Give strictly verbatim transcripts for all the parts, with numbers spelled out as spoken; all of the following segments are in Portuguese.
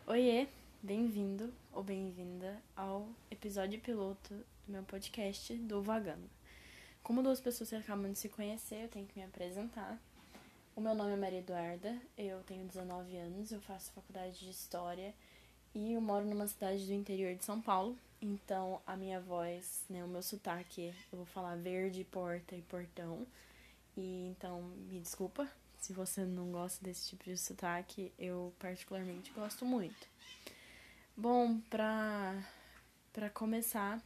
Oiê, bem-vindo ou bem-vinda ao episódio piloto do meu podcast do Vagando. Como duas pessoas que acabam de se conhecer, eu tenho que me apresentar. O meu nome é Maria Eduarda, eu tenho dezenove anos, eu faço faculdade de História e eu moro numa cidade do interior de São Paulo. Então, a minha voz, né, o meu sotaque, eu vou falar verde, porta e portão. E então, me desculpa se você não gosta desse tipo de sotaque, eu particularmente gosto muito. Bom, pra, pra começar,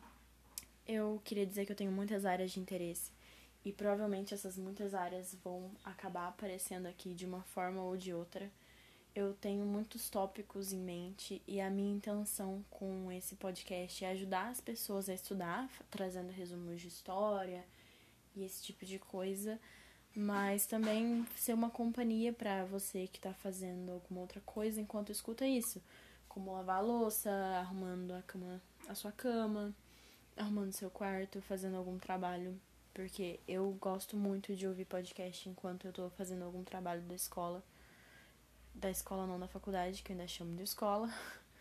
eu queria dizer que eu tenho muitas áreas de interesse e provavelmente essas muitas áreas vão acabar aparecendo aqui de uma forma ou de outra. Eu tenho muitos tópicos em mente e a minha intenção com esse podcast é ajudar as pessoas a estudar, trazendo resumos de história e esse tipo de coisa, mas também ser uma companhia para você que está fazendo alguma outra coisa enquanto escuta isso, como lavar a louça, arrumando a cama, a sua cama, arrumando seu quarto, fazendo algum trabalho, porque eu gosto muito de ouvir podcast enquanto eu tô fazendo algum trabalho da escola. Da escola não, da faculdade, que eu ainda chamo de escola.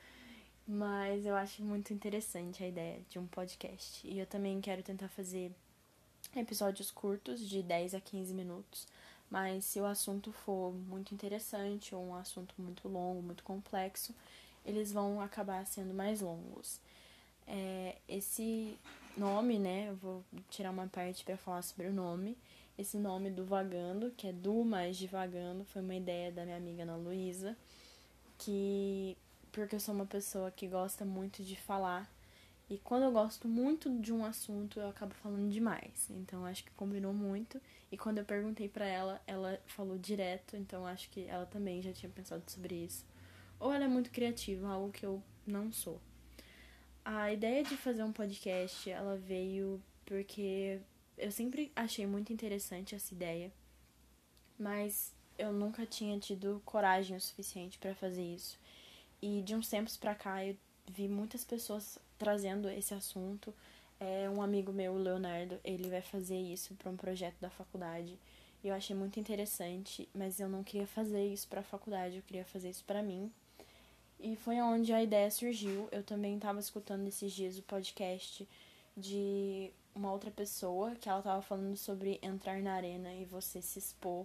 Mas eu acho muito interessante a ideia de um podcast. E eu também quero tentar fazer episódios curtos, de dez a quinze minutos. Mas se o assunto for muito interessante ou um assunto muito longo, muito complexo, eles vão acabar sendo mais longos. É, esse nome, né, eu vou tirar uma parte para falar sobre o nome. Esse nome do Vagando, que é do mais de Vagando, foi uma ideia da minha amiga Ana Luísa, que porque eu sou uma pessoa que gosta muito de falar e quando eu gosto muito de um assunto eu acabo falando demais, então acho que combinou muito. E quando eu perguntei pra ela, ela falou direto, então acho que ela também já tinha pensado sobre isso, ou ela é muito criativa, algo que eu não sou. A ideia de fazer um podcast, ela veio porque eu sempre achei muito interessante essa ideia, mas eu nunca tinha tido coragem o suficiente para fazer isso. E de uns tempos pra cá eu vi muitas pessoas trazendo esse assunto. É, um amigo meu, o Leonardo, ele vai fazer isso para um projeto da faculdade. E eu achei muito interessante, mas eu não queria fazer isso para a faculdade, eu queria fazer isso para mim. E foi onde a ideia surgiu. Eu também estava escutando esses dias o podcast de uma outra pessoa que ela estava falando sobre entrar na arena e você se expor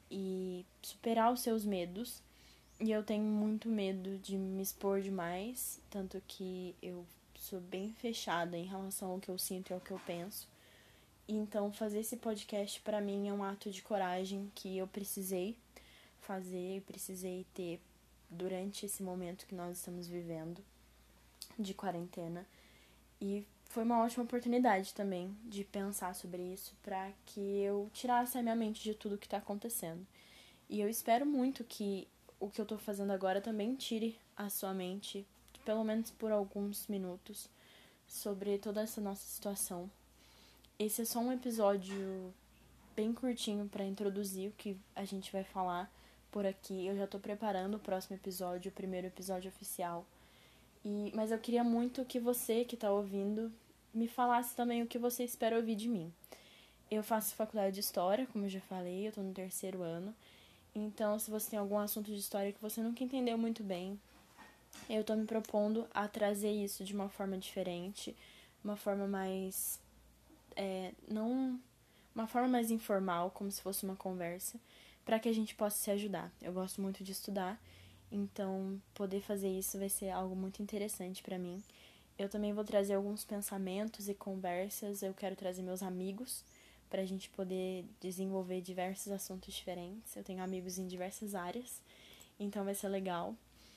e superar os seus medos. E eu tenho muito medo de me expor demais, tanto que eu sou bem fechada em relação ao que eu sinto e ao que eu penso. Então, fazer esse podcast para mim é um ato de coragem que eu precisei fazer, precisei ter durante esse momento que nós estamos vivendo de quarentena. E foi uma ótima oportunidade também de pensar sobre isso para que eu tirasse a minha mente de tudo que está acontecendo. E eu espero muito que o que eu tô fazendo agora também tire a sua mente, pelo menos por alguns minutos, sobre toda essa nossa situação. Esse é só um episódio bem curtinho para introduzir o que a gente vai falar por aqui. Eu já tô preparando o próximo episódio, o primeiro episódio oficial. E, mas eu queria muito que você que tá ouvindo me falasse também o que você espera ouvir de mim. Eu faço faculdade de História, como eu já falei, eu tô no terceiro ano. Então, se você tem algum assunto de história que você nunca entendeu muito bem, eu tô me propondo a trazer isso de uma forma diferente, uma forma mais... É, não... Uma forma mais informal, como se fosse uma conversa, para que a gente possa se ajudar. Eu gosto muito de estudar, então poder fazer isso vai ser algo muito interessante para mim. Eu também vou trazer alguns pensamentos e conversas, eu quero trazer meus amigos, pra gente poder desenvolver diversos assuntos diferentes. Eu tenho amigos em diversas áreas, então vai ser legal.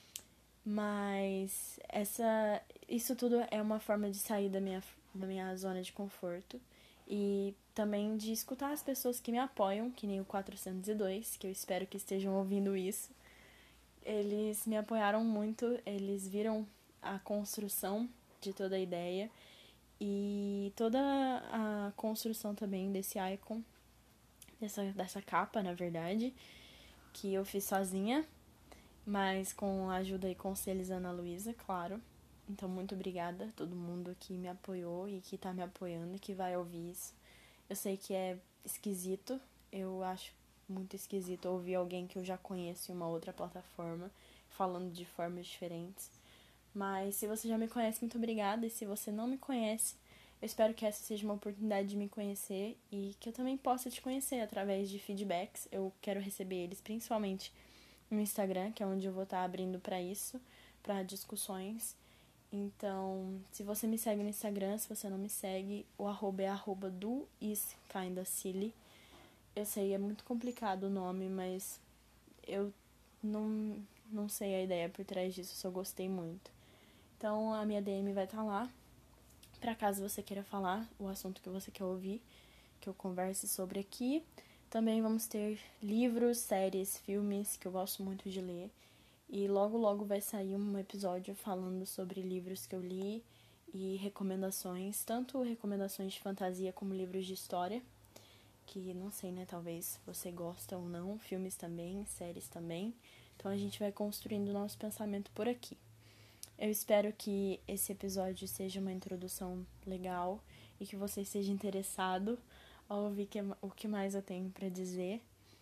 Mas essa, isso tudo é uma forma de sair da minha, da minha zona de conforto e também de escutar as pessoas que me apoiam, que nem o quatrocentos e dois, que eu espero que estejam ouvindo isso. Eles me apoiaram muito, eles viram a construção de toda a ideia e toda a construção também desse icon, dessa, dessa capa, na verdade, que eu fiz sozinha, mas com a ajuda e conselhos da Ana Luísa, claro. Então, muito obrigada a todo mundo que me apoiou e que tá me apoiando e que vai ouvir isso. Eu sei que é esquisito, eu acho muito esquisito ouvir alguém que eu já conheço em uma outra plataforma, falando de formas diferentes. Mas se você já me conhece, muito obrigada. E se você não me conhece, eu espero que essa seja uma oportunidade de me conhecer e que eu também possa te conhecer através de feedbacks. Eu quero receber eles principalmente no Instagram, que é onde eu vou estar abrindo para isso, para discussões. Então, se você me segue no Instagram, se você não me segue, o arroba é arroba do is kinda silly. Eu sei, é muito complicado o nome, mas eu não, não sei a ideia por trás disso, só gostei muito. Então, a minha D M vai estar lá, para caso você queira falar o assunto que você quer ouvir, que eu converse sobre aqui. Também vamos ter livros, séries, filmes, que eu gosto muito de ler. E logo, logo vai sair um episódio falando sobre livros que eu li e recomendações, tanto recomendações de fantasia como livros de história, que não sei, né, talvez você gosta ou não, filmes também, séries também. Então a gente vai construindo o nosso pensamento por aqui. Eu espero que esse episódio seja uma introdução legal e que você esteja interessado a ouvir que, o que mais eu tenho para dizer.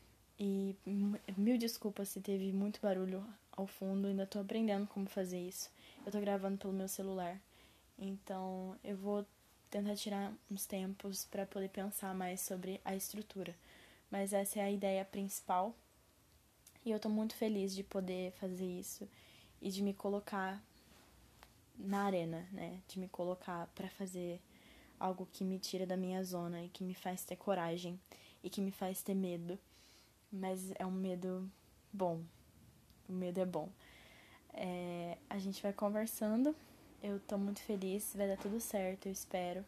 E mil desculpas se teve muito barulho ao fundo, ainda tô aprendendo como fazer isso. Eu tô gravando pelo meu celular, então eu vou tentar tirar uns tempos para poder pensar mais sobre a estrutura. Mas essa é a ideia principal e eu tô muito feliz de poder fazer isso e de me colocar na arena, né? De me colocar para fazer algo que me tira da minha zona e que me faz ter coragem e que me faz ter medo. Mas é um medo bom. O medo é bom. É, a gente vai conversando. Eu tô muito feliz. Vai dar tudo certo, eu espero.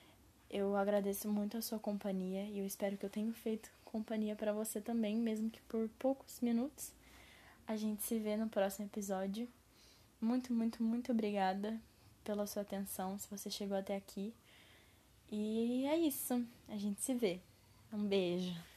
Eu agradeço muito a sua companhia. E eu espero que eu tenha feito companhia pra você também, mesmo que por poucos minutos. A gente se vê no próximo episódio. Muito, muito, muito obrigada pela sua atenção, se você chegou até aqui. E é isso. A gente se vê. Um beijo.